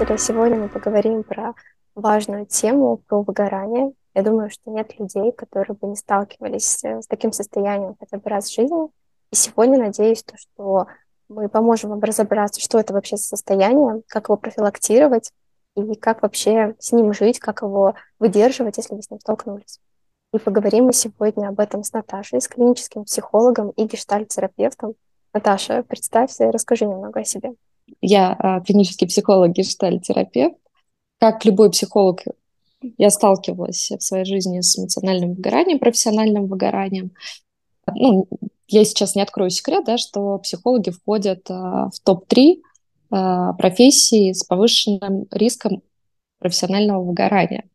слушатели! Сегодня мы поговорим про важную тему, про выгорание. Я думаю, что нет людей, которые бы не сталкивались с таким состоянием хотя бы раз в жизни. И сегодня надеюсь, что мы поможем вам разобраться, что это вообще за состояние, как его профилактировать и как вообще с ним жить, как его выдерживать, если вы с ним столкнулись. И поговорим мы сегодня об этом с Наташей, с клиническим психологом и гештальт-терапевтом. Наташа, представься и расскажи немного о себе. Я клинический психолог, гештальт-терапевт. Как любой психолог, я сталкивалась в своей жизни с эмоциональным выгоранием, профессиональным выгоранием. Ну, я сейчас не открою секрет, да, что психологи входят в топ-3 профессий с повышенным риском профессионального выгорания.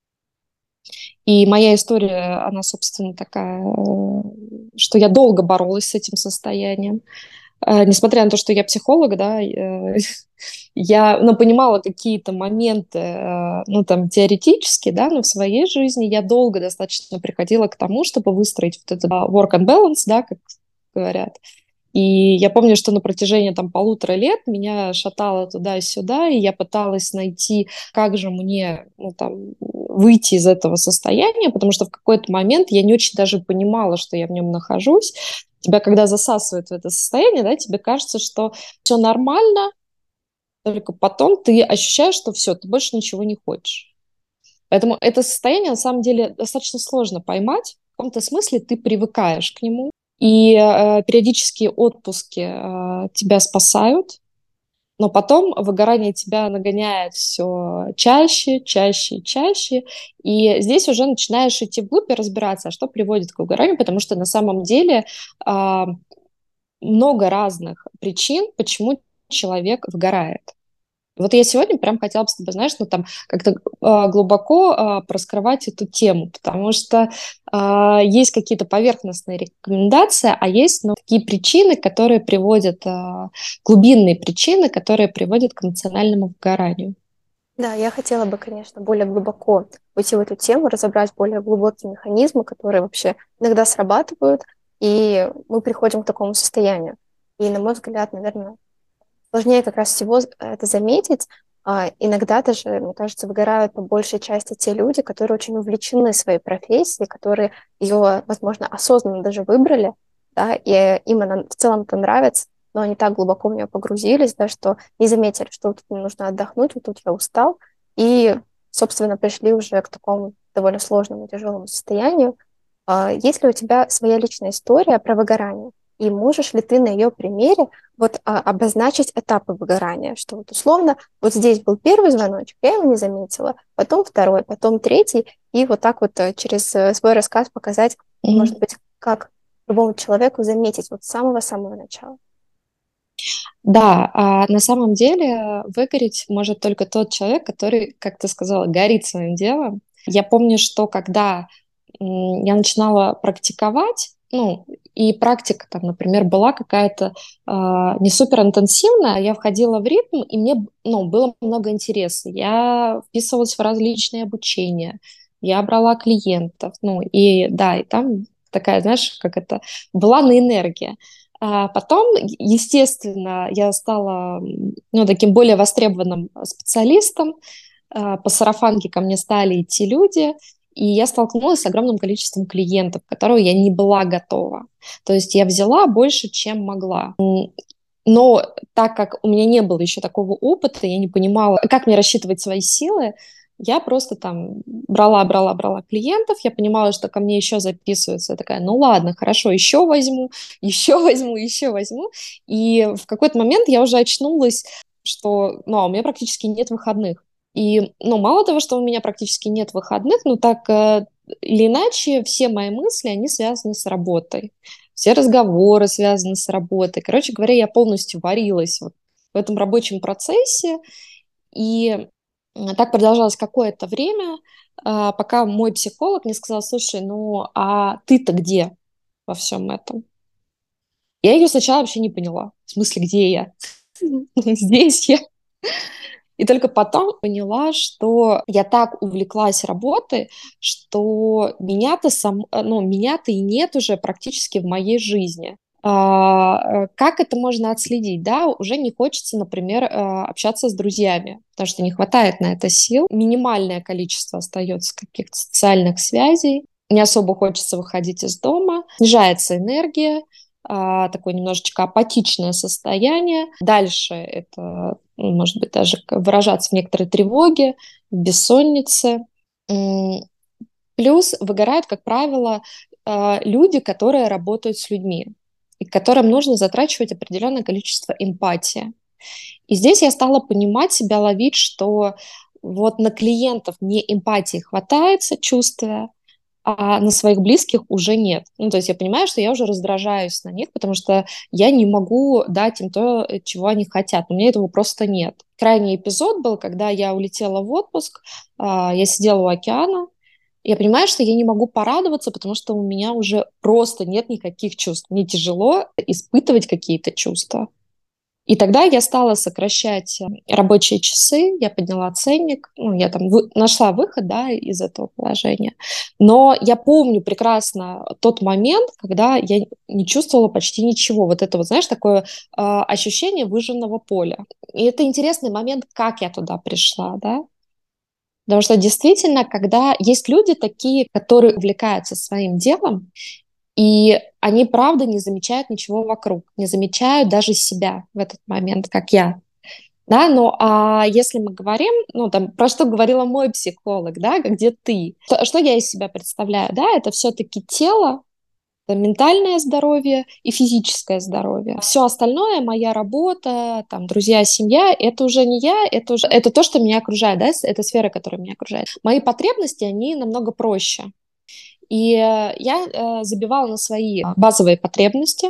И моя история, она, собственно, такая, что я долго боролась с этим состоянием. Несмотря на то, что я психолог, да, я, ну, понимала какие-то моменты, ну, там, теоретически, да, но в своей жизни я долго достаточно приходила к тому, чтобы выстроить вот этот work and balance, да, как говорят. И я помню, что на протяжении там 1,5 лет меня шатало туда-сюда, и я пыталась найти, как же мне, ну, там, выйти из этого состояния, потому что в какой-то момент я не очень даже понимала, что я в нем нахожусь. Тебя когда засасывает в это состояние, да, тебе кажется, что все нормально, только потом ты ощущаешь, что все, ты больше ничего не хочешь. Поэтому это состояние, на самом деле, достаточно сложно поймать. В каком-то смысле ты привыкаешь к нему, и периодические отпуски тебя спасают, но потом выгорание тебя нагоняет все чаще, чаще, чаще, и здесь уже начинаешь идти вглубь и разбираться, а что приводит к выгоранию, потому что на самом деле а, много разных причин, почему человек выгорает. Вот я сегодня прям хотела бы с тобой, знаешь, ну там как-то глубоко проскрывать эту тему, потому что есть какие-то поверхностные рекомендации, а есть, ну, такие причины, которые приводят, глубинные причины, которые приводят к эмоциональному выгоранию. Да, я хотела бы, конечно, более глубоко уйти в эту тему, разобрать более глубокие механизмы, которые вообще иногда срабатывают, и мы приходим к такому состоянию. И, на мой взгляд, наверное, сложнее как раз всего это заметить. Иногда даже, мне кажется, выгорают по большей части те люди, которые очень увлечены своей профессией, которые ее, возможно, осознанно даже выбрали, да, и им она в целом это нравится, но они так глубоко в нее погрузились, да, что не заметили, что вот тут им нужно отдохнуть, вот тут я устал, и, собственно, пришли уже к такому довольно сложному, тяжелому состоянию. Есть ли у тебя своя личная история про выгорание? И можешь ли ты на ее примере вот обозначить этапы выгорания, что вот условно вот здесь был первый звоночек, я его не заметила, потом второй, потом третий, и вот так вот через свой рассказ показать, может быть, как любому человеку заметить вот с самого-самого начала. Да, на самом деле выгореть может только тот человек, который, как ты сказала, горит своим делом. Я помню, что когда я начинала практиковать, ну, и практика там, например, была какая-то не супер интенсивная, я входила в ритм, и мне, ну, было много интереса. Я вписывалась в различные обучения, я брала клиентов, ну, и да, и там такая, знаешь, как это, была на энергия. Потом, естественно, я стала, ну, таким более востребованным специалистом. По сарафанке ко мне стали идти люди, и я столкнулась с огромным количеством клиентов, к которым я не была готова. То есть я взяла больше, чем могла. Но так как у меня не было еще такого опыта, я не понимала, как мне рассчитывать свои силы, я просто там брала клиентов, я понимала, что ко мне еще записываются. Я такая, ну ладно, хорошо, еще возьму, еще возьму, еще возьму. И в какой-то момент я уже очнулась, что, ну, у меня практически нет выходных. И, ну, мало того, что у меня практически нет выходных, ну, так или иначе, все мои мысли, они связаны с работой. Все разговоры связаны с работой. Короче говоря, я полностью варилась вот в этом рабочем процессе. И так продолжалось какое-то время, пока мой психолог не сказал, слушай, ну а ты-то где во всем этом? Я ее сначала вообще не поняла. В смысле, где я? Здесь я. И только потом поняла, что я так увлеклась работой, что меня-то и нет уже практически в моей жизни. Как это можно отследить? Да, уже не хочется, например, общаться с друзьями, потому что не хватает на это сил. Минимальное количество остается каких-то социальных связей. Не особо хочется выходить из дома. Снижается энергия, такое немножечко апатичное состояние. Дальше это, может быть, даже выражаться в некоторой тревоге, в бессоннице. Плюс выгорают, как правило, люди, которые работают с людьми, и к которым нужно затрачивать определенное количество эмпатии. И здесь я стала понимать, себя ловить, что вот на клиентов мне эмпатии хватает, сочувствия, а на своих близких уже нет. Ну, то есть я понимаю, что я уже раздражаюсь на них, потому что я не могу дать им то, чего они хотят. У меня этого просто нет. Крайний эпизод был, когда я улетела в отпуск, я сидела у океана, я понимаю, что я не могу порадоваться, потому что у меня уже просто нет никаких чувств. Мне тяжело испытывать какие-то чувства. И тогда я стала сокращать рабочие часы, я подняла ценник, ну, я там нашла выход, да, из этого положения. Но я помню прекрасно тот момент, когда я не чувствовала почти ничего. Вот это вот, знаешь, такое ощущение выжженного поля. И это интересный момент, как я туда пришла, да. Потому что действительно, когда есть люди такие, которые увлекаются своим делом, и они, правда, не замечают ничего вокруг, не замечают даже себя в этот момент, как я. Да, ну а если мы говорим, ну там, про что говорила мой психолог, да, где ты, что я из себя представляю, да, это все-таки тело, это ментальное здоровье и физическое здоровье. Все остальное, моя работа, там, друзья, семья, это уже не я, это то, что меня окружает, да, это сфера, которая меня окружает. Мои потребности, они намного проще. И я забивала на свои базовые потребности,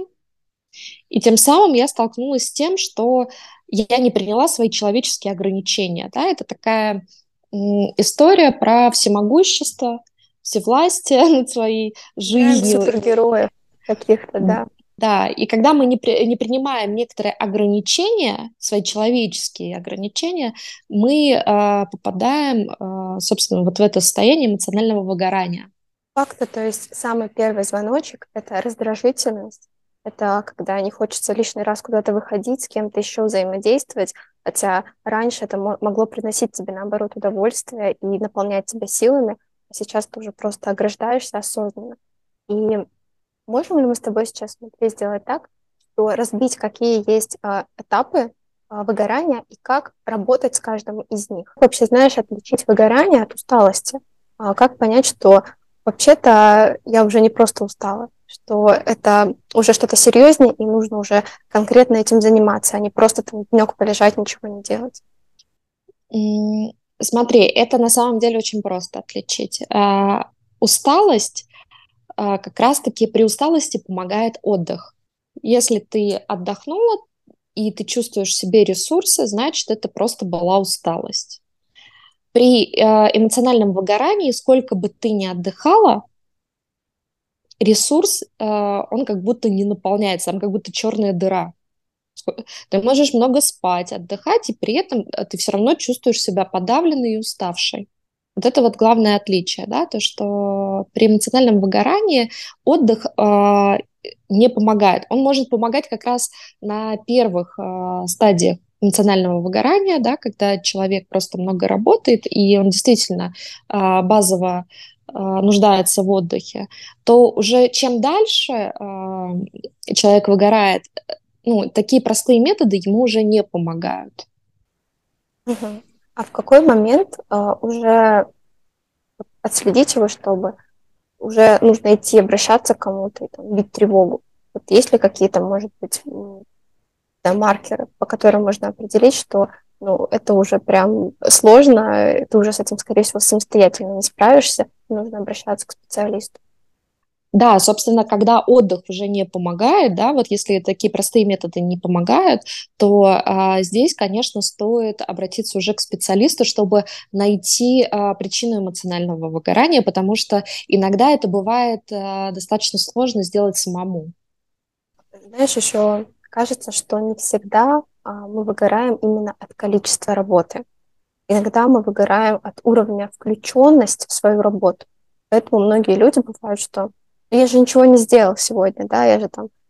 и тем самым я столкнулась с тем, что я не приняла свои человеческие ограничения. Да? Это такая история про всемогущество, всевластие над своей Играем в жизнью. супергероев каких-то, да. Да, и когда мы не принимаем некоторые ограничения, свои человеческие ограничения, мы попадаем, собственно, вот в это состояние эмоционального выгорания. Факты, то есть самый первый звоночек — это раздражительность. Это когда не хочется лишний раз куда-то выходить, с кем-то еще взаимодействовать, хотя раньше это могло приносить тебе, наоборот, удовольствие и наполнять тебя силами, а сейчас ты уже просто ограждаешься осознанно. И можем ли мы с тобой сейчас внутри сделать так, что разбить, какие есть этапы выгорания и как работать с каждым из них? Как вообще, знаешь, отличить выгорание от усталости? Как понять, что вообще-то я уже не просто устала, что это уже что-то серьезнее, и нужно уже конкретно этим заниматься, а не просто там денек полежать, ничего не делать? Смотри, это на самом деле очень просто отличить. Усталость, как раз-таки при усталости помогает отдых. Если ты отдохнула и ты чувствуешь в себе ресурсы, значит, это просто была усталость. При эмоциональном выгорании, сколько бы ты ни отдыхала, ресурс, он как будто не наполняется, там как будто черная дыра. Ты можешь много спать, отдыхать, и при этом ты все равно чувствуешь себя подавленной и уставшей. Вот это вот главное отличие, да, то, что при эмоциональном выгорании отдых не помогает. Он может помогать как раз на первых стадиях эмоционального выгорания, да, когда человек просто много работает, и он действительно базово нуждается в отдыхе, то уже чем дальше человек выгорает, ну, такие простые методы ему уже не помогают. Мгм. А в какой момент уже отследить его, чтобы уже нужно идти обращаться к кому-то и там, бить тревогу? Вот есть ли какие-то, может быть, да, маркеры, по которым можно определить, что ну, это уже прям сложно, ты уже с этим, скорее всего, самостоятельно не справишься, нужно обращаться к специалисту. Да, собственно, когда отдых уже не помогает, да, вот если такие простые методы не помогают, то здесь, конечно, стоит обратиться уже к специалисту, чтобы найти причину эмоционального выгорания, потому что иногда это бывает достаточно сложно сделать самому. Знаешь, еще кажется, что не всегда мы выгораем именно от количества работы. Иногда мы выгораем от уровня включенности в свою работу. Поэтому многие люди бывают, что «Ну, я же ничего не сделал сегодня, да, я же там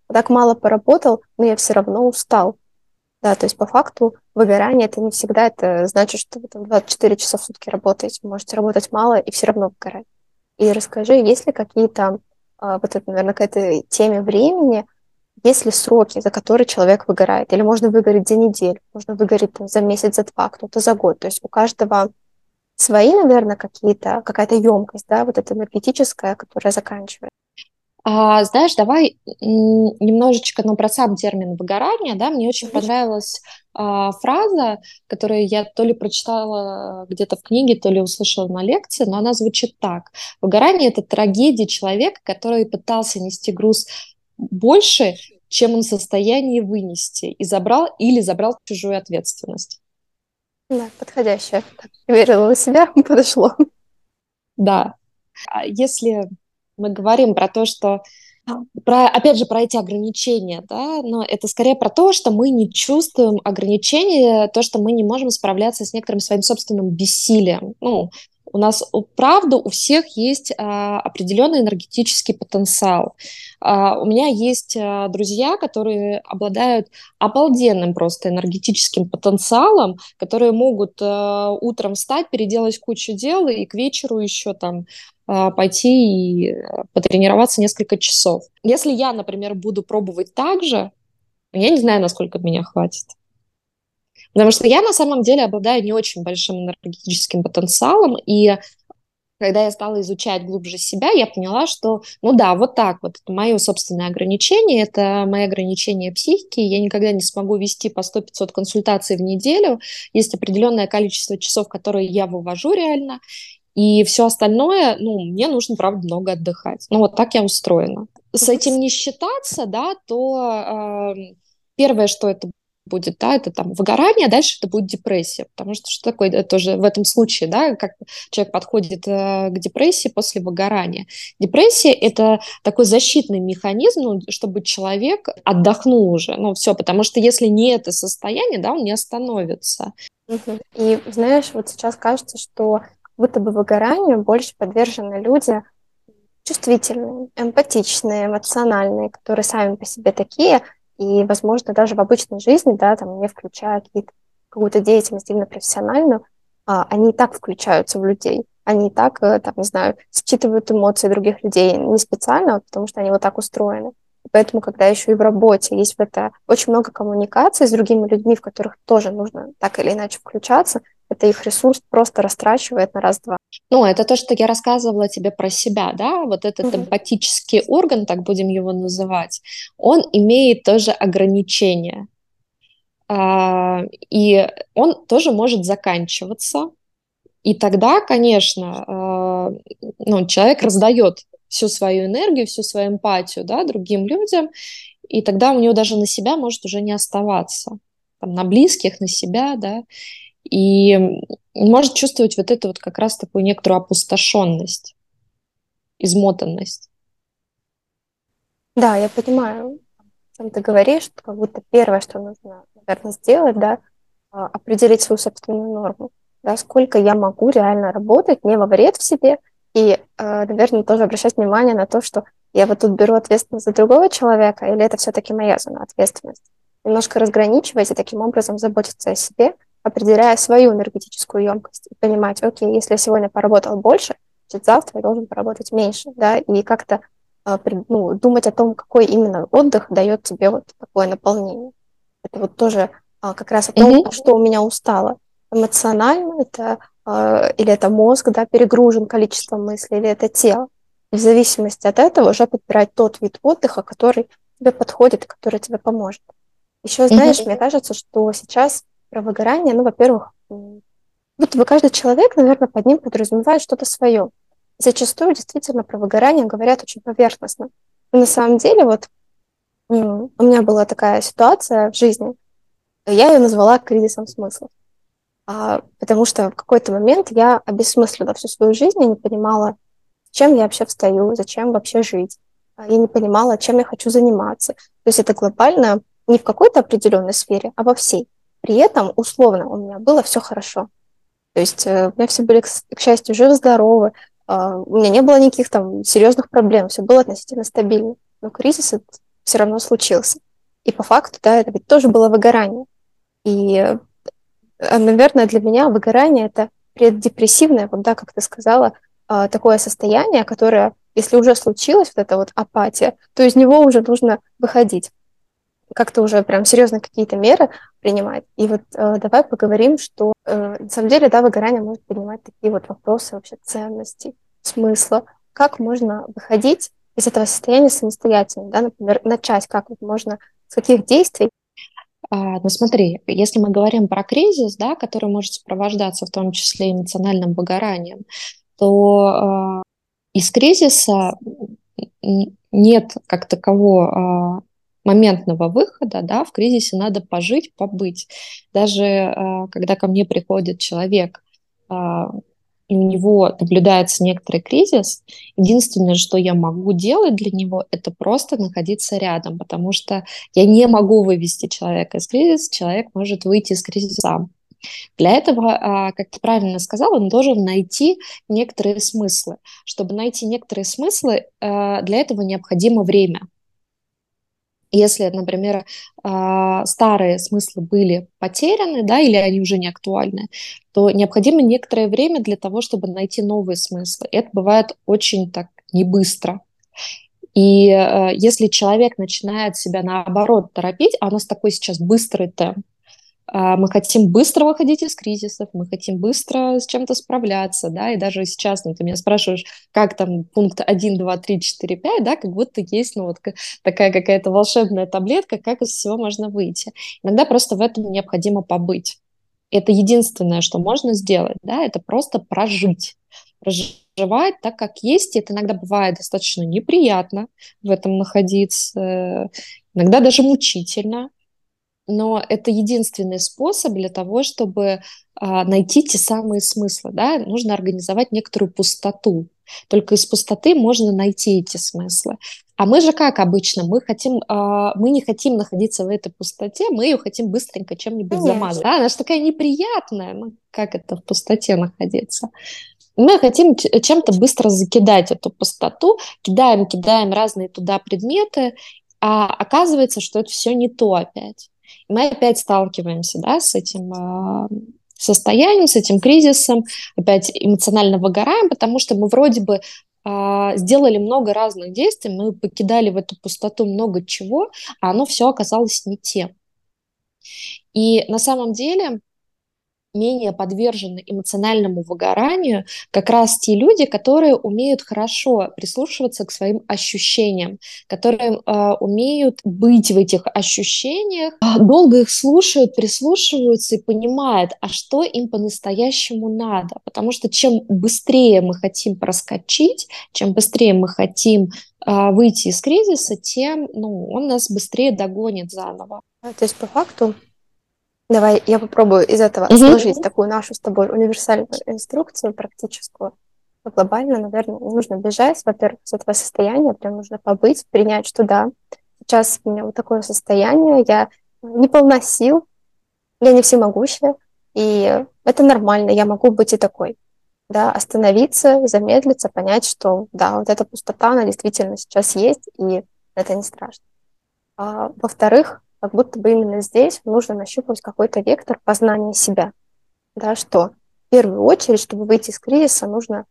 так мало поработал, но я все равно устал. Да, то есть по факту выгорание это не всегда это значит, что вы там 24 часа в сутки работаете. Вы можете работать мало и все равно выгорать. И расскажи, есть ли какие-то, вот это, наверное, к этой теме времени, есть ли сроки, за которые человек выгорает? Или можно выгореть за неделю, можно выгореть там, за месяц, за два, кто-то за год. То есть у каждого свои, наверное, какие-то, какая-то емкость, да, вот эта энергетическая, которая заканчивает. Знаешь, давай немножечко, но про сам термин выгорание, да, мне очень Мгм. понравилась фраза, которую я то ли прочитала где-то в книге, то ли услышала на лекции, но она звучит так. Выгорание — это трагедия человека, который пытался нести груз больше, чем он в состоянии вынести, и забрал чужую ответственность. Да, подходящее. Так, верила в себя, подошло. Да. Если мы говорим про то, что опять же, про эти ограничения, да, но это скорее про то, что мы не чувствуем ограничения, то, что мы не можем справляться с некоторым своим собственным бессилием. Ну, правда, у всех есть определенный энергетический потенциал. У меня есть друзья, которые обладают обалденным просто энергетическим потенциалом, которые могут утром встать, переделать кучу дел и к вечеру еще там пойти и потренироваться несколько часов. Если я, например, буду пробовать так же, я не знаю, насколько меня хватит. Потому что я на самом деле обладаю не очень большим энергетическим потенциалом, и когда я стала изучать глубже себя, я поняла, что, ну да, вот так вот, это мое собственное ограничение, это мои ограничения психики, я никогда не смогу вести по 100-500 консультаций в неделю, есть определенное количество часов, которые я вывожу реально, и все остальное, ну, мне нужно, правда, много отдыхать. Ну, вот так я устроена. С Мгм. этим не считаться, да, то первое, что это будет, да, это там выгорание, а дальше это будет депрессия. Потому что такое тоже в этом случае, да, как человек подходит к депрессии после выгорания. Депрессия — это такой защитный механизм, ну, чтобы человек отдохнул уже. Ну, все, потому что если не это состояние, да, он не остановится. Мгм. И знаешь, вот сейчас кажется, что как будто бы выгоранию больше подвержены люди чувствительные, эмпатичные, эмоциональные, которые сами по себе такие, и, возможно, даже в обычной жизни, да, там, не включая какую-то деятельность именно профессиональную, они и так включаются в людей. Они и так, там, не знаю, считывают эмоции других людей не специально, а потому что они вот так устроены. И поэтому, когда еще и в работе есть вот это очень много коммуникаций с другими людьми, в которых тоже нужно так или иначе включаться, это их ресурс просто растрачивает на раз-два. Ну, это то, что я рассказывала тебе про себя, да, вот этот Мгм. эмпатический орган, так будем его называть, он имеет тоже ограничения. И он тоже может заканчиваться. И тогда, конечно, ну, человек раздает всю свою энергию, всю свою эмпатию, да, другим людям, и тогда у него даже на себя может уже не оставаться. Там, на близких, на себя, да, и может чувствовать вот эту вот как раз такую некоторую опустошенность, измотанность. Да, я понимаю, о чем ты говоришь, что как будто первое, что нужно, наверное, сделать, да, определить свою собственную норму, да, сколько я могу реально работать, не во вред в себе, и, наверное, тоже обращать внимание на то, что я вот тут беру ответственность за другого человека, или это все-таки моя зона ответственности. Немножко разграничивать и таким образом заботиться о себе, определяя свою энергетическую емкость и понимать, окей, если я сегодня поработал больше, значит, завтра я должен поработать меньше, да, и как-то ну, думать о том, какой именно отдых дает тебе вот такое наполнение. Это вот тоже как раз о том, Мгм. что у меня устало. Эмоционально это или это мозг, да, перегружен количеством мыслей, или это тело. И в зависимости от этого уже подбирать тот вид отдыха, который тебе подходит и который тебе поможет. Еще, Мгм. знаешь, мне кажется, что сейчас про выгорание, ну, во-первых, будто бы каждый человек, наверное, под ним подразумевает что-то свое. Зачастую действительно про выгорание говорят очень поверхностно. Но на самом деле, вот у меня была такая ситуация в жизни, я ее назвала кризисом смысла. Потому что в какой-то момент я обесмыслила всю свою жизнь, я не понимала, зачем я вообще встаю, зачем вообще жить. Я не понимала, чем я хочу заниматься. То есть это глобально не в какой-то определенной сфере, а во всей. При этом, условно, у меня было все хорошо. То есть у меня все были, к счастью, живы-здоровы, у меня не было никаких там серьезных проблем, все было относительно стабильно. Но кризис все равно случился. И по факту, да, это ведь тоже было выгорание. И, наверное, для меня выгорание — это преддепрессивное, вот, да, как ты сказала, такое состояние, которое, если уже случилась вот эта вот апатия, то из него уже нужно выходить, как-то уже прям серьезно какие-то меры принимать. И вот давай поговорим, что на самом деле, да, выгорание может поднимать такие вот вопросы вообще ценностей, смысла. Как можно выходить из этого состояния самостоятельно, да, например, начать, как вот можно, с каких действий. Ну смотри, если мы говорим про кризис, да, который может сопровождаться в том числе эмоциональным выгоранием, то из кризиса нет как такового моментного выхода, да, в кризисе надо пожить, побыть. Даже когда ко мне приходит человек, а, и у него наблюдается некоторый кризис, единственное, что я могу делать для него, это просто находиться рядом, потому что я не могу вывести человека из кризиса, человек может выйти из кризиса сам. Для этого, как ты правильно сказала, он должен найти некоторые смыслы. Чтобы найти некоторые смыслы, для этого необходимо время. Если, например, старые смыслы были потеряны, да, или они уже не актуальны, то необходимо некоторое время для того, чтобы найти новые смыслы. И это бывает очень так не быстро. И если человек начинает себя наоборот торопить, а у нас такой сейчас быстрый темп, мы хотим быстро выходить из кризисов, мы хотим быстро с чем-то справляться, да, и даже сейчас, ну, ты меня спрашиваешь, как там пункт 1, 2, 3, 4, 5, да, как будто есть, ну, вот такая какая-то волшебная таблетка, как из всего можно выйти. Иногда просто в этом необходимо побыть. Это единственное, что можно сделать, да, это просто проживать так, как есть. И это иногда бывает достаточно неприятно в этом находиться, иногда даже мучительно, но это единственный способ для того, чтобы найти те самые смыслы, да, нужно организовать некоторую пустоту. Только из пустоты можно найти эти смыслы. А мы же как обычно, мы не хотим находиться в этой пустоте, мы ее хотим быстренько чем-нибудь замазать. Конечно. Да? Она же такая неприятная, ну, как это в пустоте находиться? Мы хотим чем-то быстро закидать эту пустоту, кидаем разные туда предметы, а оказывается, что это все не то опять. И мы опять сталкиваемся, да, с этим состоянием, с этим кризисом, опять эмоционально выгораем, потому что мы вроде бы сделали много разных действий, мы покидали в эту пустоту много чего, а оно все оказалось не тем. И на самом деле менее подвержены эмоциональному выгоранию как раз те люди, которые умеют хорошо прислушиваться к своим ощущениям, которые умеют быть в этих ощущениях, долго их слушают, прислушиваются и понимают, а что им по-настоящему надо. Потому что чем быстрее мы хотим проскочить, чем быстрее мы хотим выйти из кризиса, тем он нас быстрее догонит заново. То есть по факту, давай я попробую из этого сложить такую нашу с тобой универсальную инструкцию практическую. Глобально, наверное, не нужно бежать, во-первых, с этого состояния, прям нужно побыть, принять, что да, сейчас у меня вот такое состояние, я не полна сил, я не всемогущая, и это нормально, я могу быть и такой. Да, остановиться, замедлиться, понять, что да, вот эта пустота, она действительно сейчас есть, и это не страшно. Во-вторых, как будто бы именно здесь нужно нащупать какой-то вектор познания себя. Да, что в первую очередь, чтобы выйти из кризиса, нужно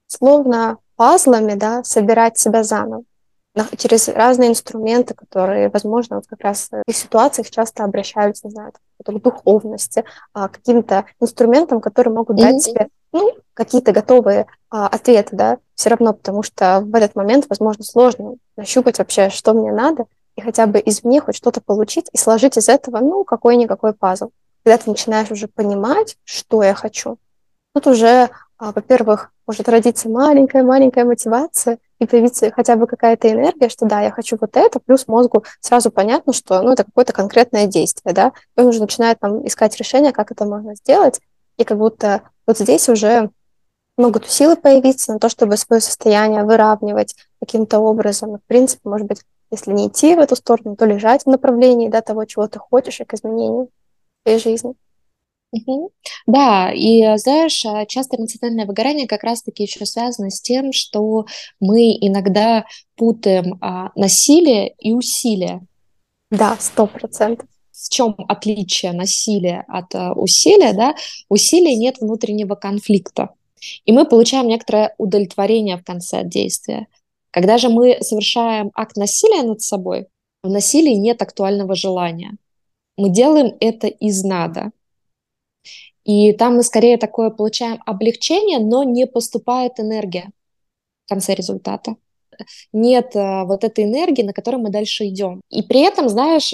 словно пазлами, да, собирать себя заново через разные инструменты, которые, возможно, вот как раз в этих ситуациях часто обращаются, не знаю, к духовности, к каким-то инструментам, которые могут дать тебе, ну, какие-то готовые ответы, да, все равно, потому что в этот момент, возможно, сложно нащупать вообще, что мне надо, и хотя бы извне хоть что-то получить и сложить из этого, ну, какой-никакой пазл. Когда ты начинаешь уже понимать, что я хочу, тут уже, во-первых, может родиться маленькая-маленькая мотивация и появиться хотя бы какая-то энергия, что да, я хочу вот это, плюс мозгу сразу понятно, что ну, это какое-то конкретное действие, да, и он уже начинает там искать решение, как это можно сделать, и как будто вот здесь уже могут силы появиться на то, чтобы свое состояние выравнивать каким-то образом. И, в принципе, может быть, если не идти в эту сторону, то лежать в направлении, да, того, чего ты хочешь, и к изменению своей жизни. Мгм. Да, и знаешь, часто эмоциональное выгорание как раз-таки еще связано с тем, что мы иногда путаем насилие и усилие. Да, 100%. В чем отличие насилия от усилия, да? Усилия нет внутреннего конфликта, и мы получаем некоторое удовлетворение в конце от действия. Когда же мы совершаем акт насилия над собой, в насилии нет актуального желания. Мы делаем это из надо. И там мы скорее такое получаем облегчение, но не поступает энергия в конце результата. Нет вот этой энергии, на которой мы дальше идем. И при этом, знаешь,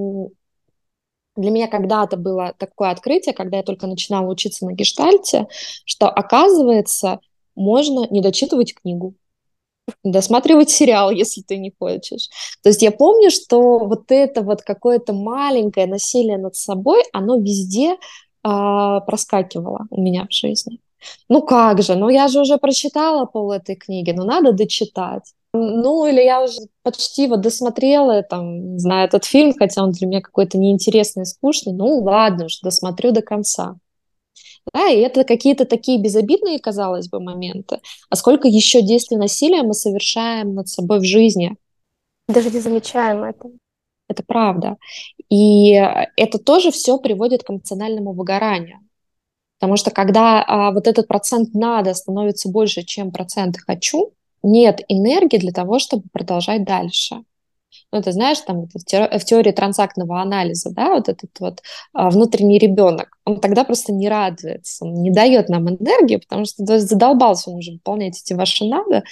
для меня когда-то было такое открытие, когда я только начинала учиться на гештальте, что, оказывается, можно не дочитывать книгу, досматривать сериал, если ты не хочешь. То есть я помню, что вот это вот какое-то маленькое насилие над собой, оно везде проскакивало у меня в жизни. Ну как же, ну я же уже прочитала пол этой книги, ну надо дочитать. Ну или я уже почти вот досмотрела, там, не знаю, этот фильм, хотя он для меня какой-то неинтересный, скучный, ну ладно уж, досмотрю до конца. Да, и это какие-то такие безобидные, казалось бы, моменты. А сколько еще действий насилия мы совершаем над собой в жизни? Даже не замечаем это. Это правда. И это тоже все приводит к эмоциональному выгоранию. Потому что когда вот этот процент надо становится больше, чем процент хочу, нет энергии для того, чтобы продолжать дальше. Ну, ты знаешь, там вот в теории трансактного анализа, да, вот этот вот внутренний ребенок, он тогда просто не радуется, он не дает нам энергии, потому что да, задолбался он уже выполнять эти ваши надо.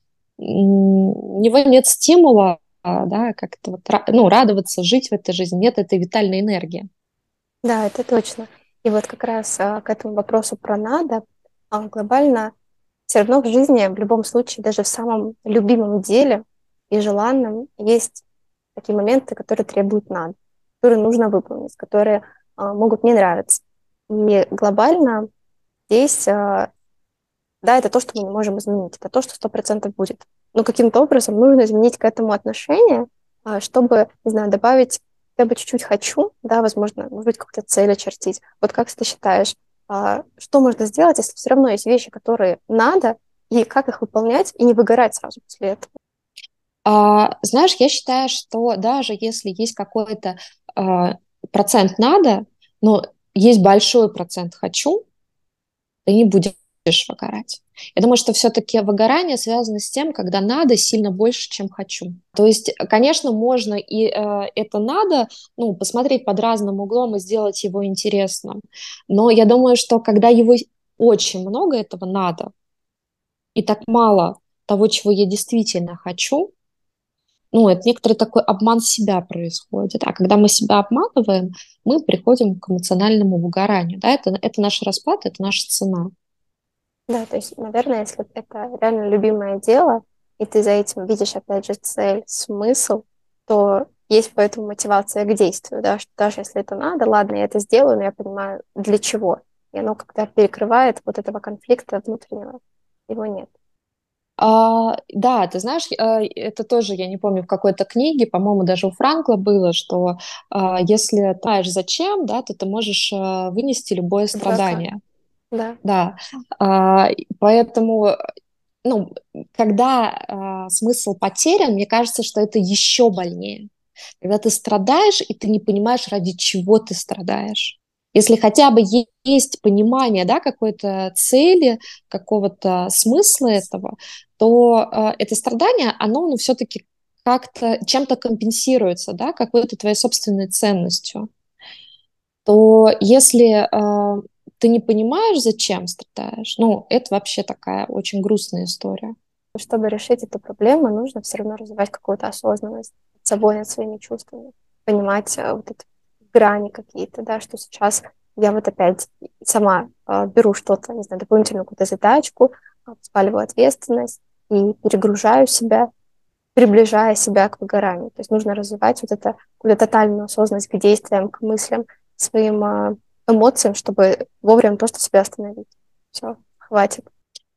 У него нет стимула, да, как-то вот, ну, радоваться, жить в этой жизни, нет этой витальной энергии. Да, это точно. И вот как раз к этому вопросу про надо, глобально все равно в жизни, в любом случае, даже в самом любимом деле и желанном, есть такие моменты, которые требуют надо, которые нужно выполнить, которые могут не нравиться. И глобально здесь, да, это то, что мы не можем изменить, это то, что 100% будет. Но каким-то образом нужно изменить к этому отношение, чтобы, не знаю, добавить хотя бы чуть-чуть хочу, да, возможно, может быть, какую-то цель очертить. Вот как ты считаешь, что можно сделать, если все равно есть вещи, которые надо, и как их выполнять, и не выгорать сразу после этого? Знаешь, я считаю, что даже если есть какой-то а, процент надо, но есть большой процент хочу, ты не будешь выгорать. Я думаю, что все-таки выгорание связано с тем, когда надо сильно больше, чем хочу. То есть, конечно, можно и это надо, ну, посмотреть под разным углом и сделать его интересным. Но я думаю, что когда его очень много этого надо, и так мало того, чего я действительно хочу, ну, это некоторый такой обман себя происходит. А когда мы себя обманываем, мы приходим к эмоциональному выгоранию. Да? Это наш расплата, это наша цена. Да, то есть, наверное, если это реально любимое дело, и ты за этим видишь, опять же, цель, смысл, то есть поэтому мотивация к действию, да, что даже если это надо, ладно, я это сделаю, но я понимаю, для чего. И оно когда перекрывает вот этого конфликта внутреннего, его нет. Да, ты знаешь, это тоже, я не помню, в какой-то книге, по-моему, даже у Франкла было, что если ты знаешь зачем, да, то ты можешь вынести любое Адвокат, страдание. да. Да, поэтому, ну, когда смысл потерян, мне кажется, что это еще больнее. Когда ты страдаешь, и ты не понимаешь, ради чего ты страдаешь. Если хотя бы есть понимание, да, какой-то цели, какого-то смысла этого, то это страдание, оно, ну, все-таки как-то чем-то компенсируется, да, какой-то твоей собственной ценностью. То если ты не понимаешь, зачем страдаешь, ну, это вообще такая очень грустная история. Чтобы решить эту проблему, нужно все равно развивать какую-то осознанность над собой, над своими чувствами, понимать вот эти грани какие-то, да, что сейчас я вот опять сама беру что-то, не знаю, дополнительную какую-то задачку, взваливаю ответственность и перегружаю себя, приближая себя к выгоранию. То есть нужно развивать вот это какую-то тотальную осознанность к действиям, к мыслям, к своим эмоциям, чтобы вовремя просто себя остановить. Все, хватит.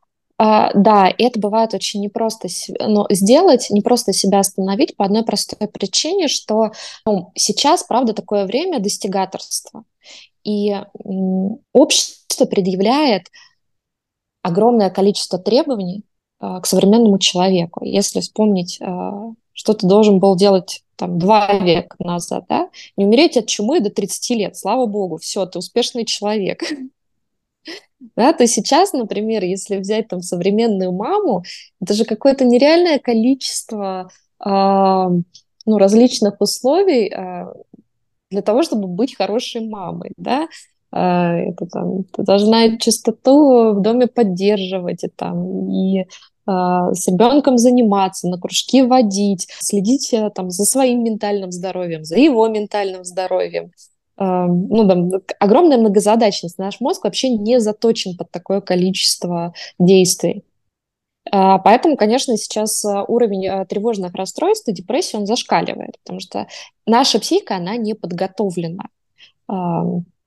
Да, и это бывает очень непросто но сделать, не просто себя остановить по одной простой причине, что ну, сейчас, правда, такое время достигаторства. И общество предъявляет огромное количество требований к современному человеку. Если вспомнить, что ты должен был делать там 2 века назад, да, не умереть от чумы до 30 лет, слава богу, все, ты успешный человек. Да, то сейчас, например, если взять там современную маму, это же какое-то нереальное количество ну, различных условий, для того, чтобы быть хорошей мамой, да. Это там, ты должна и чистоту в доме поддерживать, с ребенком заниматься, на кружки водить, следить там за своим ментальным здоровьем, за его ментальным здоровьем. Ну, там, огромная многозадачность. Наш мозг вообще не заточен под такое количество действий. Поэтому, конечно, сейчас уровень тревожных расстройств и депрессии, он зашкаливает, потому что наша психика, она не подготовлена а,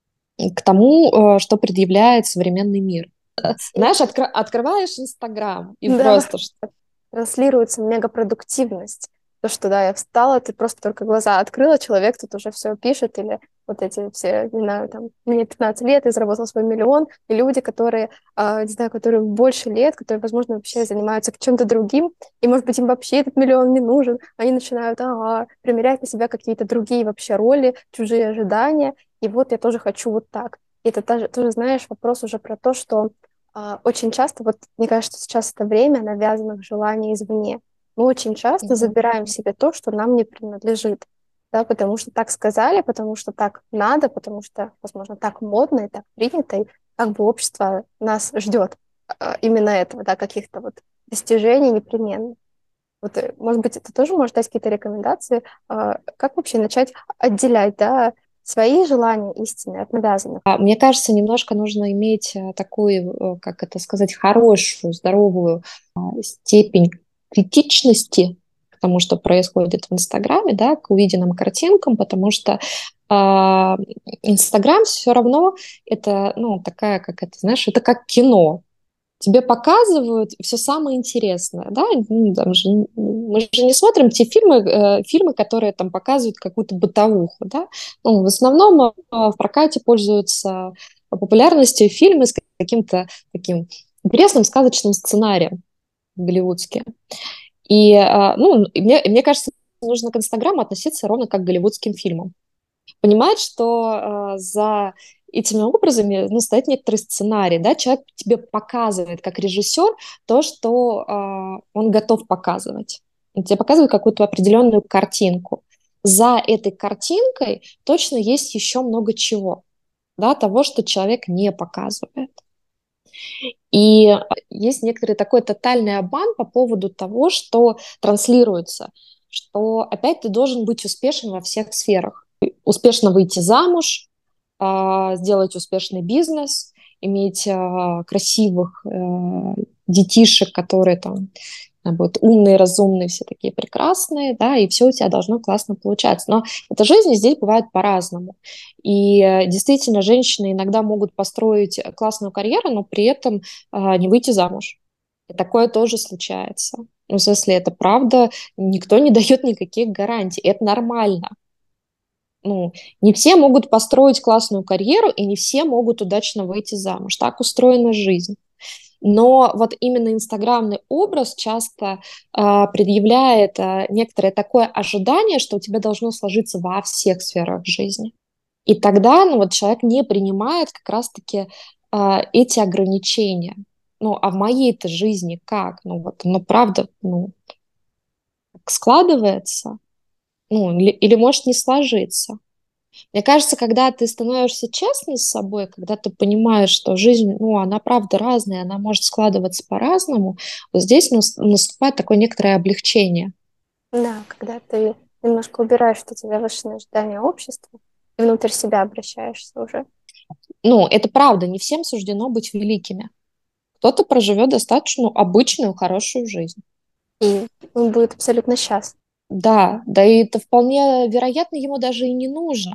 к тому, что предъявляет современный мир. Знаешь, открываешь Инстаграм и Да, просто транслируется мегапродуктивность. То, что, да, я встала, ты просто только глаза открыла, человек тут уже все пишет, или вот эти все, не знаю, там, мне 15 лет, я заработала свой миллион, и люди, которые, не знаю, которые больше лет, которые, возможно, вообще занимаются чем-то другим, и, может быть, им вообще этот миллион не нужен, они начинают, примерять на себя какие-то другие вообще роли, чужие ожидания, и вот я тоже хочу вот так. И это тоже, знаешь, вопрос уже про то, что очень часто, вот мне кажется, сейчас это время навязанных желаний извне. Мы очень часто Мгм. забираем себе то, что нам не принадлежит, да, потому что так сказали, потому что так надо, потому что, возможно, так модно и так принято, и как бы общество нас ждет именно этого, да, каких-то вот достижений непременно. Вот, может быть, это тоже может дать какие-то рекомендации, как вообще начать отделять, да, свои желания истинные от навязанных. Мне кажется, немножко нужно иметь такую, как это сказать, хорошую, здоровую степень критичности к тому, что происходит в Инстаграме, да, к увиденным картинкам, потому что а, Инстаграм все равно это, ну, такая, как это, знаешь, это как кино. Тебе показывают все самое интересное, да, ну, там же, мы же не смотрим те фильмы, которые там показывают какую-то бытовуху, да, ну, в основном в прокате пользуются популярностью фильмы с каким-то таким интересным сказочным сценарием голливудским. Ну, мне кажется, нужно к Инстаграму относиться ровно как к голливудским фильмам, понимать, что за этими образами, ну, стоит некоторый сценарий, да, человек тебе показывает как режиссер то, что он готов показывать. Он тебе показывает какую-то определенную картинку. За этой картинкой точно есть еще много чего, да, того, что человек не показывает. И есть некоторый такой тотальный обман по поводу того, что транслируется, что опять ты должен быть успешен во всех сферах. Успешно выйти замуж, сделать успешный бизнес, иметь красивых детишек, которые там будут умные, разумные, все такие прекрасные, да, и все у тебя должно классно получаться. Но эта жизнь здесь бывает по-разному. И действительно, женщины иногда могут построить классную карьеру, но при этом не выйти замуж. И такое тоже случается. Ну, в смысле, это правда, никто не дает никаких гарантий. Это нормально. Ну, не все могут построить классную карьеру, и не все могут удачно выйти замуж. Так устроена жизнь. Но вот именно инстаграмный образ часто предъявляет некоторое такое ожидание, что у тебя должно сложиться во всех сферах жизни. И тогда, ну, вот человек не принимает как раз-таки эти ограничения. Ну, а в моей-то жизни как? Ну, вот, ну, правда, ну, складывается, ну, или может не сложиться. Мне кажется, когда ты становишься честным с собой, когда ты понимаешь, что жизнь, ну, она правда разная, она может складываться по-разному, вот здесь наступает такое некоторое облегчение. Да, когда ты немножко убираешь что тебя завышенные ожидания общества и внутрь себя обращаешься уже. Ну, это правда, не всем суждено быть великими. Кто-то проживет достаточно обычную, хорошую жизнь. И он будет абсолютно счастлив. Да, да и это вполне вероятно, ему даже и не нужно.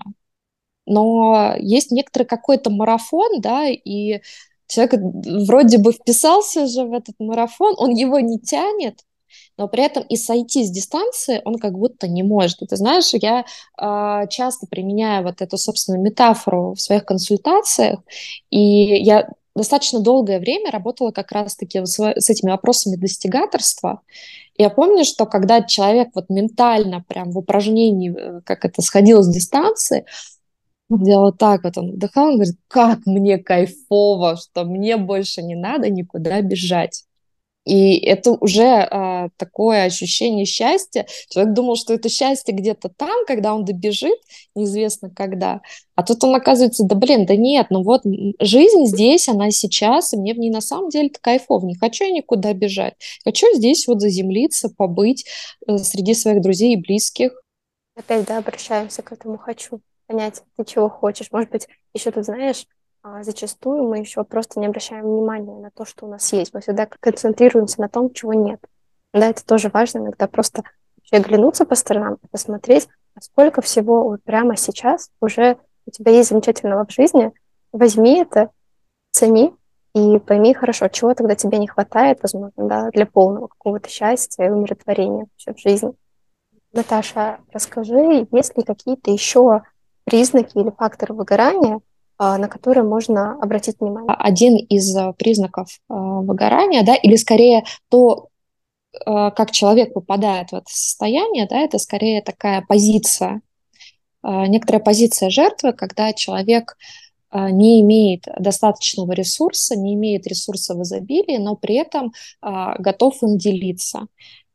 Но есть некоторый какой-то марафон, да, и человек вроде бы вписался же в этот марафон, он его не тянет, но при этом и сойти с дистанции он как будто не может. И ты знаешь, я часто применяю вот эту, собственно, метафору в своих консультациях, и я достаточно долгое время работала как раз-таки с этими вопросами достигаторства. Я помню, что когда человек вот ментально прям в упражнении, как это, сходил с дистанции, он делал так вот, он вдыхал, он говорит, как мне кайфово, что мне больше не надо никуда бежать. И это уже такое ощущение счастья. Человек думал, что это счастье где-то там, когда он добежит, неизвестно когда. А тут он оказывается, да блин, да нет, ну вот жизнь здесь, она сейчас, и мне в ней на самом деле-то кайфово. Не хочу я никуда бежать. Хочу здесь вот заземлиться, побыть среди своих друзей и близких. Опять, да, обращаемся к этому «хочу», понять, ты чего хочешь. Может быть, еще тут, знаешь, зачастую мы еще просто не обращаем внимания на то, что у нас есть. Мы всегда концентрируемся на том, чего нет. Да, это тоже важно иногда просто вообще оглянуться по сторонам и посмотреть, а сколько всего вот прямо сейчас уже у тебя есть замечательного в жизни. Возьми это, цени и пойми хорошо, чего тогда тебе не хватает, возможно, да, для полного какого-то счастья и умиротворения вообще в жизни. Наташа, расскажи, есть ли какие-то еще признаки или факторы выгорания, на которые можно обратить внимание? Один из признаков выгорания, да, или скорее то, как человек попадает в это состояние, да, это скорее такая позиция, некоторая позиция жертвы, когда человек не имеет достаточного ресурса, не имеет ресурса в изобилии, но при этом готов им делиться.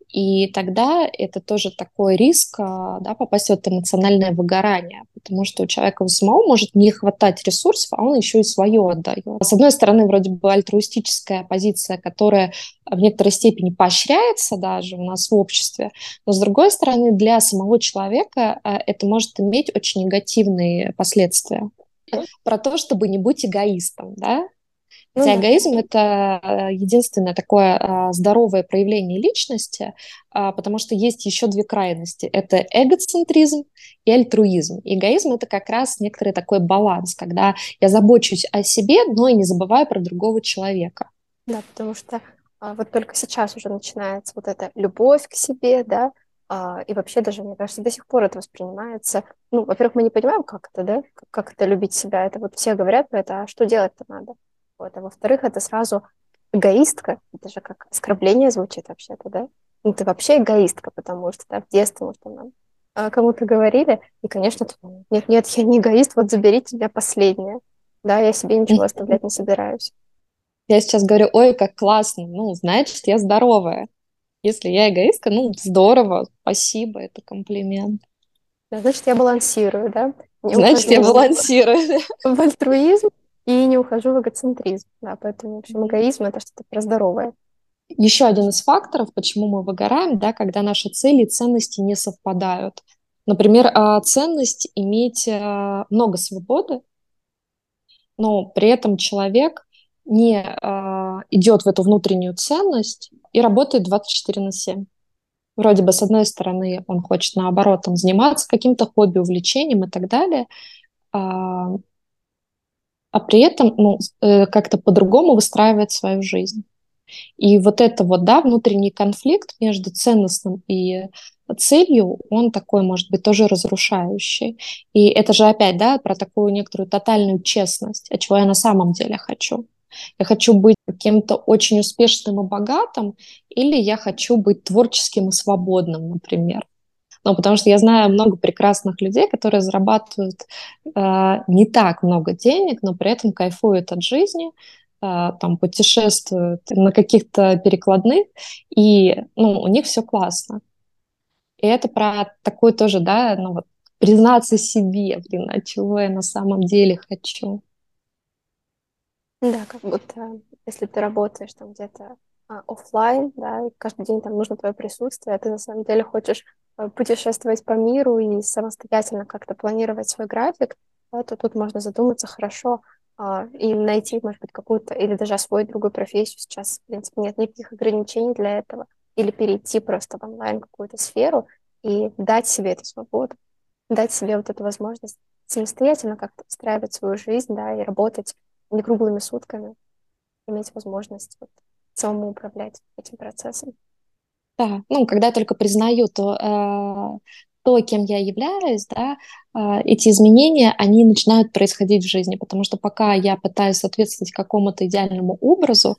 И тогда это тоже такой риск, да, попасть в это эмоциональное выгорание, потому что у человека у самого может не хватать ресурсов, а он еще и свое отдает. С одной стороны, вроде бы альтруистическая позиция, которая в некоторой степени поощряется даже у нас в обществе, но с другой стороны, для самого человека это может иметь очень негативные последствия. Про то, чтобы не быть эгоистом, да, Ну хотя да. эгоизм — это единственное такое здоровое проявление личности, потому что есть еще две крайности. Это эгоцентризм и альтруизм. Эгоизм — это как раз некоторый такой баланс, когда я забочусь о себе, но и не забываю про другого человека. Да, потому что вот только сейчас уже начинается вот эта любовь к себе, да, и вообще даже, мне кажется, до сих пор это воспринимается. Ну, во-первых, мы не понимаем, как это, да, как это любить себя. Это вот все говорят про это, а что делать-то надо? Вот. А во-вторых, это сразу эгоистка. Это же как оскорбление звучит вообще-то, да? Ну, ты вообще эгоистка, потому что да, в детстве, может, там нам кому-то говорили, и, конечно, нет, нет, я не эгоист, вот заберите тебя последнее. Да, я себе ничего оставлять не собираюсь. Я сейчас говорю, ой, как классно, ну, значит, я здоровая. Если я эгоистка, ну, здорово, спасибо, это комплимент. Да, значит, я балансирую, да? Не Значит, я ухожу балансирую. в альтруизм и не ухожу в эгоцентризм. Да, поэтому, в общем, эгоизм — это что-то про здоровое. Еще один из факторов, почему мы выгораем, да, когда наши цели и ценности не совпадают. Например, ценность иметь много свободы, но при этом человек не идет в эту внутреннюю ценность и работает 24/7. Вроде бы, с одной стороны, он хочет, наоборот, там, заниматься каким-то хобби, увлечением и так далее, а, а при этом ну, как-то по-другому выстраивает свою жизнь. И вот это вот, да, внутренний конфликт между ценностным и целью, он такой, может быть, тоже разрушающий. И это же опять, да, про такую некоторую тотальную честность, а чего я на самом деле хочу. Я хочу быть каким-то очень успешным и богатым, или я хочу быть творческим и свободным, например. Ну, потому что я знаю много прекрасных людей, которые зарабатывают не так много денег, но при этом кайфуют от жизни, там путешествуют на каких-то перекладных, и ну, у них все классно. И это про такой тоже, да, ну вот признаться себе, блин, а чего я на самом деле хочу. Да, как будто если ты работаешь там где-то оффлайн, да, и каждый день там нужно твое присутствие, а ты на самом деле хочешь путешествовать по миру и самостоятельно как-то планировать свой график, да, то тут можно задуматься хорошо и найти, может быть, какую-то или даже освоить другую профессию. Сейчас, в принципе, нет никаких ограничений для этого. Или перейти просто в онлайн какую-то сферу и дать себе эту свободу, дать себе вот эту возможность самостоятельно как-то устраивать свою жизнь, да, и работать не круглыми сутками, иметь возможность вот самому управлять этим процессом. Да, ну, когда я только признаю то, кем я являюсь, да, эти изменения, они начинают происходить в жизни, потому что пока я пытаюсь соответствовать какому-то идеальному образу,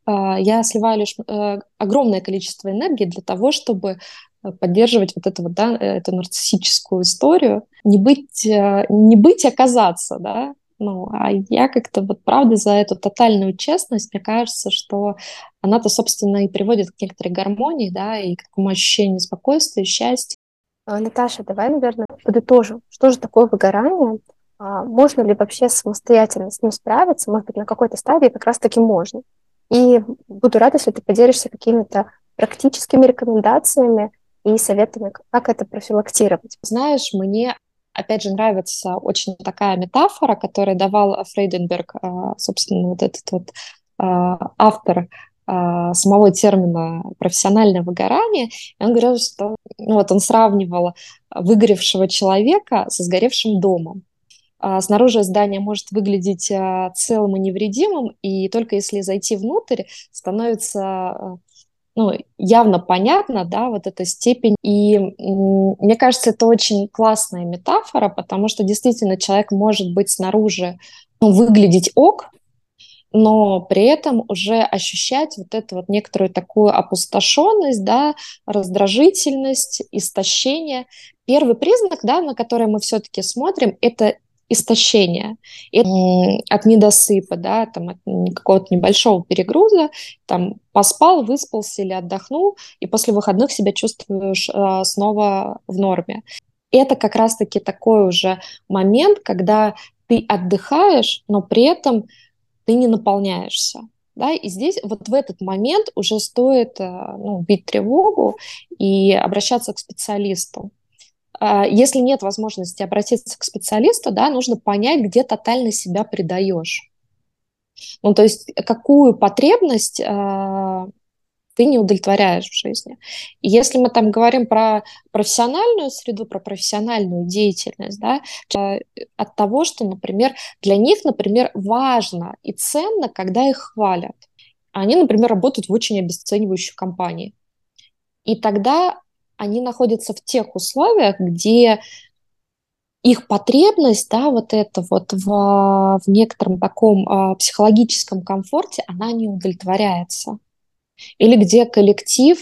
я сливаю лишь огромное количество энергии для того, чтобы поддерживать вот это вот, да, эту нарциссическую историю, не быть, оказаться, да, ну, а я как-то вот правда за эту тотальную честность, мне кажется, что она-то, собственно, и приводит к некоторой гармонии, да, и к такому ощущению спокойствия, счастья. Наташа, давай, наверное, подытожим. Что же такое выгорание? Можно ли вообще самостоятельно с ним справиться? Может быть, на какой-то стадии как раз-таки можно. И буду рада, если ты поделишься какими-то практическими рекомендациями и советами, как это профилактировать. Знаешь, мне, опять же, нравится очень такая метафора, которую давал Фрейденберг, собственно, вот этот вот автор самого термина профессиональное выгорание. И он говорил, что ну, вот он сравнивал выгоревшего человека со сгоревшим домом. Снаружи здание может выглядеть целым и невредимым, и только если зайти внутрь, становится ну, явно понятно, да, вот эта степень. И мне кажется, это очень классная метафора, потому что действительно человек может быть снаружи, ну, выглядеть ок, но при этом уже ощущать вот эту вот некоторую такую опустошенность, да, раздражительность, истощение. Первый признак, да, на который мы все-таки смотрим, это истощение. От недосыпа, да, там, от какого-то небольшого перегруза, там, поспал, выспался или отдохнул, и после выходных себя чувствуешь снова в норме. Это как раз-таки такой уже момент, когда ты отдыхаешь, но при этом ты не наполняешься. Да, и здесь вот в этот момент уже стоит ну, бить тревогу и обращаться к специалисту. Если нет возможности обратиться к специалисту, да, нужно понять, где тотально себя предаешь. Ну, то есть какую потребность ты не удовлетворяешь в жизни. И если мы там говорим про профессиональную среду, про профессиональную деятельность, да, от того, что, например, для них, например, важно и ценно, когда их хвалят. Они, например, работают в очень обесценивающей компании. И тогда они находятся в тех условиях, где их потребность, да, вот это вот в некотором таком психологическом комфорте, она не удовлетворяется. Или где коллектив,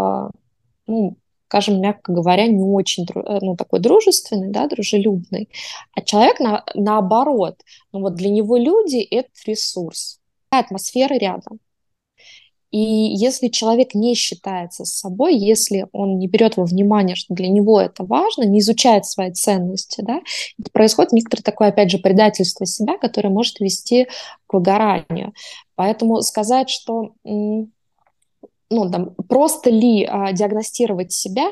ну, скажем, мягко говоря, не очень ну, такой дружественный, да, дружелюбный, а человек наоборот, ну, вот для него люди — это ресурс, атмосфера рядом. И если человек не считается с собой, если он не берет во внимание, что для него это важно, не изучает свои ценности, да, это происходит некоторое такое, опять же, предательство себя, которое может вести к выгоранию. Поэтому сказать, что ну, там, просто ли диагностировать себя,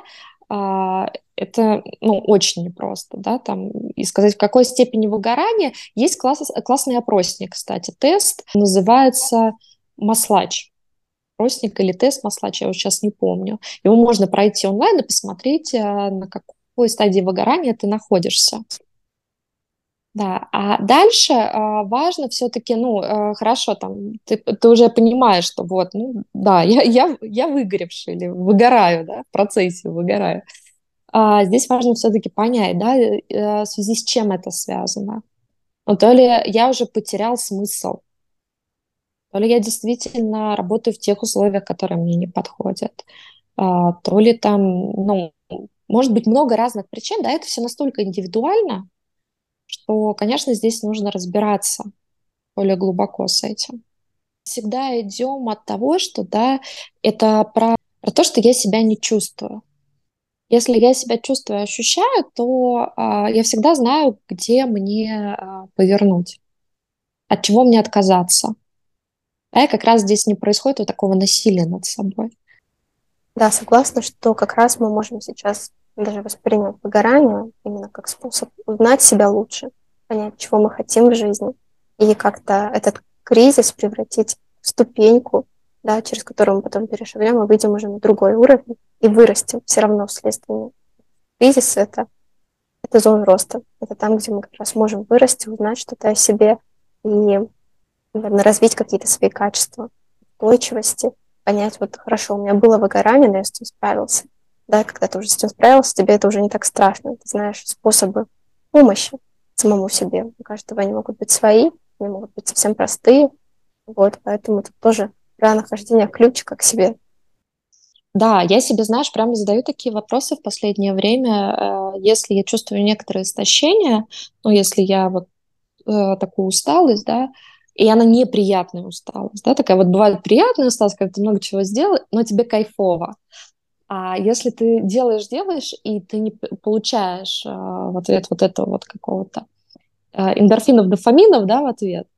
это, ну, очень непросто, да, там, и сказать, в какой степени выгорания. Есть классный опросник, кстати, тест, называется «Маслач». Опросник или тест «Маслач», я вот сейчас не помню. Его можно пройти онлайн и посмотреть, на какой стадии выгорания ты находишься. Да, а дальше важно все-таки, ну, хорошо, там, ты уже понимаешь, что вот, ну, да, я выгоревший или выгораю, да, в процессе выгораю. Здесь важно все-таки понять, да, в связи с чем это связано. Ну, то ли я уже потерял смысл, то ли я действительно работаю в тех условиях, которые мне не подходят, то ли там, ну, может быть много разных причин, да, это все настолько индивидуально, что, конечно, здесь нужно разбираться более глубоко с этим. Всегда идем от того, что, да, это про то, что я себя не чувствую. Если я себя чувствую и ощущаю, то я всегда знаю, где мне повернуть, от чего мне отказаться. Да, и как раз здесь не происходит вот такого насилия над собой. Да, согласна, что как раз мы можем сейчас даже воспринять выгорание именно как способ узнать себя лучше, понять, чего мы хотим в жизни, и как-то этот кризис превратить в ступеньку, да, через которую мы потом перешагнем и выйдем уже на другой уровень и вырастем все равно вследствие кризиса. Это зона роста. Это там, где мы как раз можем вырасти, узнать что-то о себе и, наверное, развить какие-то свои качества устойчивости понять, вот хорошо, у меня было выгорание, но я с этим справился. Да, когда ты уже с этим справился, тебе это уже не так страшно. Ты знаешь способы помощи самому себе. У каждого они могут быть свои, они могут быть совсем простые. Вот, поэтому тут тоже про нахождение ключика к себе. Да, я себе, знаешь, прямо задаю такие вопросы в последнее время. Если я чувствую некоторое истощение, ну, если я вот такую усталость, да, и она неприятная усталость, да, такая вот бывает приятная усталость, когда ты много чего сделал, но тебе кайфово. А если ты делаешь, и ты не получаешь в ответ вот этого вот какого-то эндорфинов, дофаминов, да, в ответ,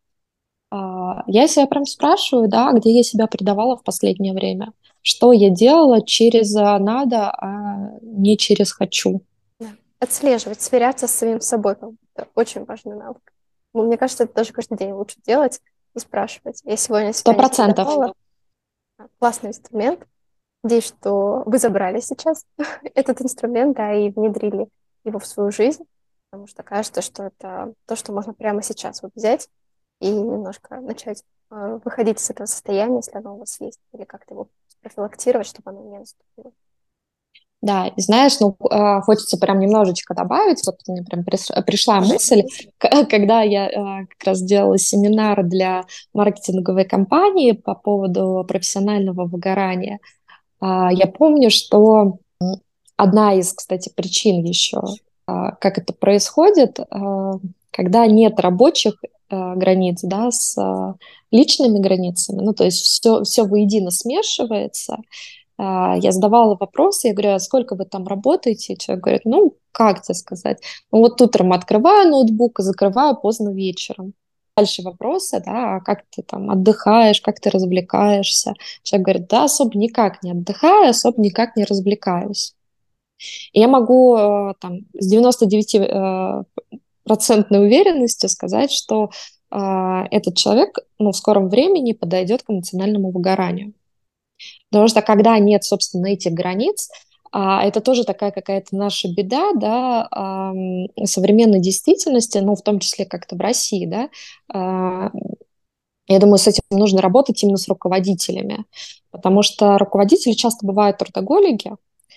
я себя прям спрашиваю, да, где я себя предавала в последнее время, что я делала через надо, а не через хочу. Да. Отслеживать, сверяться с самим собой. Это очень важный навык. Ну, мне кажется, это даже каждый день лучше делать и спрашивать. Я сегодня Сто себя не процентов. передавала. Классный инструмент. Надеюсь, что вы забрали сейчас этот инструмент, да, и внедрили его в свою жизнь, потому что кажется, что это то, что можно прямо сейчас вот взять и немножко начать выходить из этого состояния, если оно у вас есть, или как-то его профилактировать, чтобы оно не наступило. Да, и знаешь, ну, хочется прям немножечко добавить, вот мне прям пришла Пожалуйста. мысль, когда я как раз делала семинар для маркетинговой компании по поводу профессионального выгорания. Я помню, что одна из, кстати, причин еще, как это происходит, когда нет рабочих границ, да, с личными границами, ну, то есть все воедино смешивается. Я задавала вопросы, я говорю, а сколько вы там работаете? И человек говорит, ну, как тебе сказать? Ну, вот утром открываю ноутбук и закрываю поздно вечером. Дальше вопросы, да, а как ты там отдыхаешь, как ты развлекаешься? Человек говорит, да, особо никак не отдыхаю, особо никак не развлекаюсь. И я могу там с 99 процентной уверенностью сказать, что этот человек, ну, в скором времени подойдет к эмоциональному выгоранию. Потому что когда нет, собственно, этих границ, это тоже такая какая-то наша беда, да, современной действительности, ну, в том числе как-то в России, да. А, я думаю, с этим нужно работать именно с руководителями, потому что руководители часто бывают трудоголики,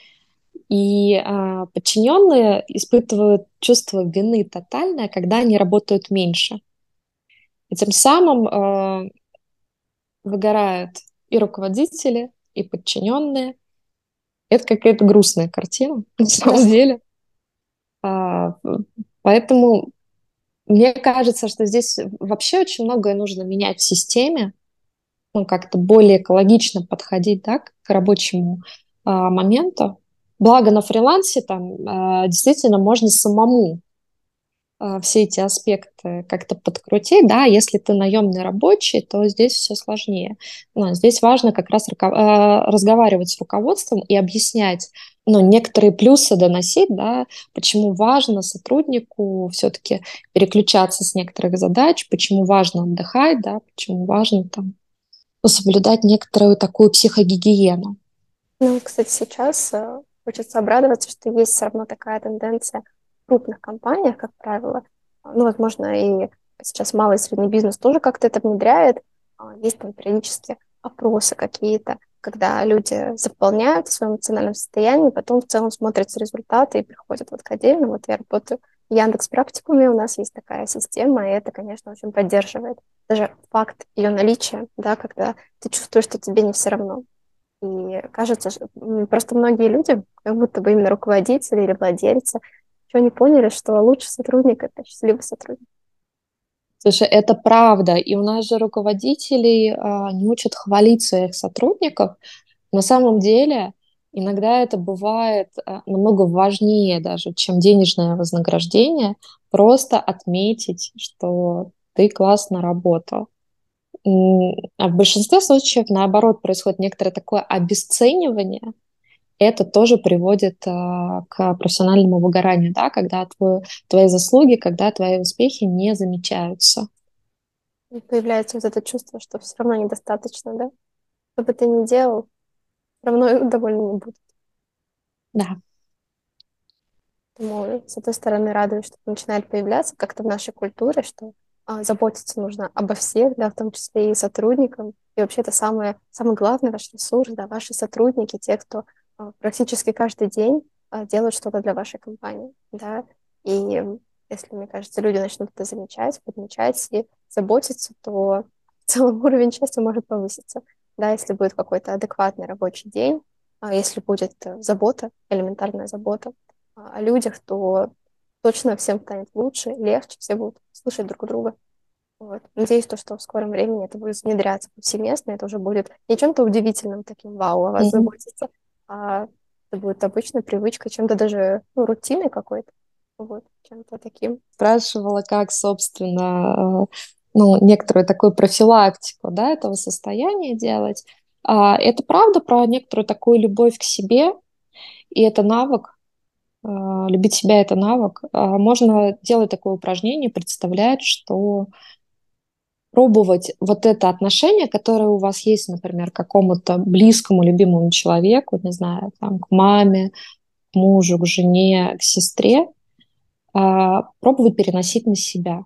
и подчиненные испытывают чувство вины тотальное, когда они работают меньше. И тем самым выгорают и руководители, и подчиненные. Это какая-то грустная картина, на Да. самом деле. А, Поэтому мне кажется, что здесь вообще очень многое нужно менять в системе, ну, как-то более экологично подходить, да, к рабочему моменту. Благо на фрилансе там действительно можно самому все эти аспекты как-то подкрутить, да, если ты наемный рабочий, то здесь все сложнее. Но здесь важно как раз разговаривать с руководством и объяснять, ну, некоторые плюсы доносить, да, почему важно сотруднику все-таки переключаться с некоторых задач, почему важно отдыхать, да, почему важно там ну, соблюдать некоторую такую психогигиену. Ну, кстати, сейчас хочется обрадоваться, что есть все равно такая тенденция в крупных компаниях, как правило. Ну, возможно, и сейчас малый и средний бизнес тоже как-то это внедряет. Есть там периодически опросы какие-то, когда люди заполняют в своем эмоциональном состоянии, потом в целом смотрятся результаты и приходят вот к отдельно. Вот я работаю в Яндекс Практикуме, у нас есть такая система, и это, конечно, очень поддерживает. Даже факт ее наличия, да, когда ты чувствуешь, что тебе не все равно. И кажется, что просто многие люди, как будто бы именно руководители или владельцы, еще не поняли, что лучший сотрудник — это счастливый сотрудник. Слушай, это правда. И у нас же руководители не учат хвалить своих сотрудников. На самом деле, иногда это бывает намного важнее даже, чем денежное вознаграждение, просто отметить, что ты классно работал. А в большинстве случаев, наоборот, происходит некоторое такое обесценивание. Это тоже приводит к профессиональному выгоранию, да, когда твои заслуги, когда твои успехи не замечаются. И появляется вот это чувство, что все равно недостаточно, да? Что бы ты ни делал, все равно довольно не будет. Да. Поэтому, с одной стороны, радуюсь, что это начинает появляться как-то в нашей культуре, что заботиться нужно обо всех, да, в том числе и сотрудникам. И вообще это самый главный ваш ресурс, да, ваши сотрудники, те, кто практически каждый день делают что-то для вашей компании, да. И если, мне кажется, люди начнут это замечать, подмечать и заботиться, то в целом уровень счастья может повыситься. Да, если будет какой-то адекватный рабочий день, если будет забота, элементарная забота о людях, то точно всем станет лучше, легче, все будут слышать друг друга. Вот. Надеюсь, что в скором времени это будет внедряться повсеместно, это уже будет не чем-то удивительным таким, вау, о вас Мгм. заботиться, а это будет обычной привычкой, чем-то даже, ну, рутиной какой-то, вот, чем-то таким. Спрашивала, как, собственно, ну, некоторую такую профилактику, да, этого состояния делать. Это правда про некоторую такую любовь к себе, и это навык. Любить себя — это навык. Можно делать такое упражнение, представлять, что пробовать вот это отношение, которое у вас есть, например, к какому-то близкому, любимому человеку, не знаю, там, к маме, к мужу, к жене, к сестре, пробовать переносить на себя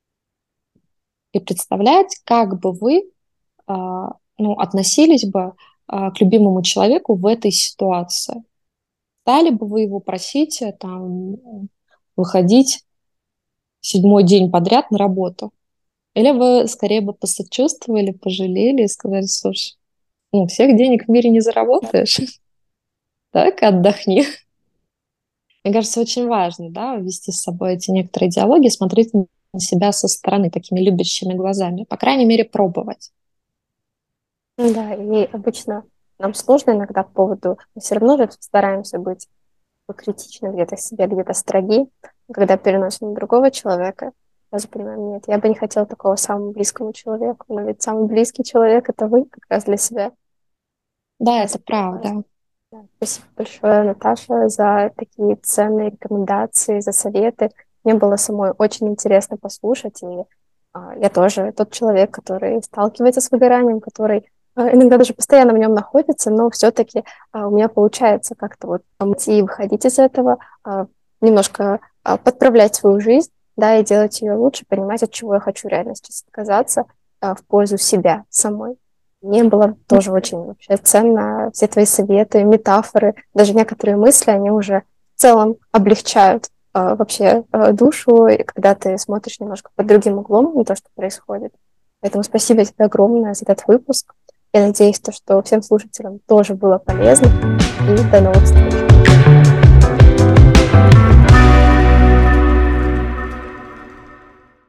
и представлять, как бы вы ну, относились бы к любимому человеку в этой ситуации. Стали бы вы его просить там, выходить 7-й день подряд на работу? Или вы скорее бы посочувствовали, пожалели и сказали: слушай, ну, всех денег в мире не заработаешь, так отдохни. Мне кажется, очень важно, да, вести с собой эти некоторые диалоги, смотреть на себя со стороны такими любящими глазами, по крайней мере, пробовать. Да, и обычно нам сложно иногда по поводу, мы все равно же стараемся быть критичны где-то к себе, где-то строги, когда переносим на другого человека, сразу понимаем, нет, я бы не хотела такого самому близкому человеку, но ведь самый близкий человек — это вы как раз для себя. Да, Да, это супер правда. важно. Да. Спасибо большое, Наташа, за такие ценные рекомендации, за советы. Мне было самой очень интересно послушать, и я тоже тот человек, который сталкивается с выгоранием, который иногда даже постоянно в нем находится, но все-таки у меня получается как-то вот идти и выходить из этого, немножко подправлять свою жизнь, да, и делать ее лучше, понимать, от чего я хочу реально сейчас отказаться в пользу себя самой. Мне было тоже очень вообще ценно все твои советы, метафоры, даже некоторые мысли, они уже в целом облегчают вообще душу, и когда ты смотришь немножко под другим углом на то, что происходит. Поэтому спасибо тебе огромное за этот выпуск. Я надеюсь, что всем слушателям тоже было полезно. И до новых встреч.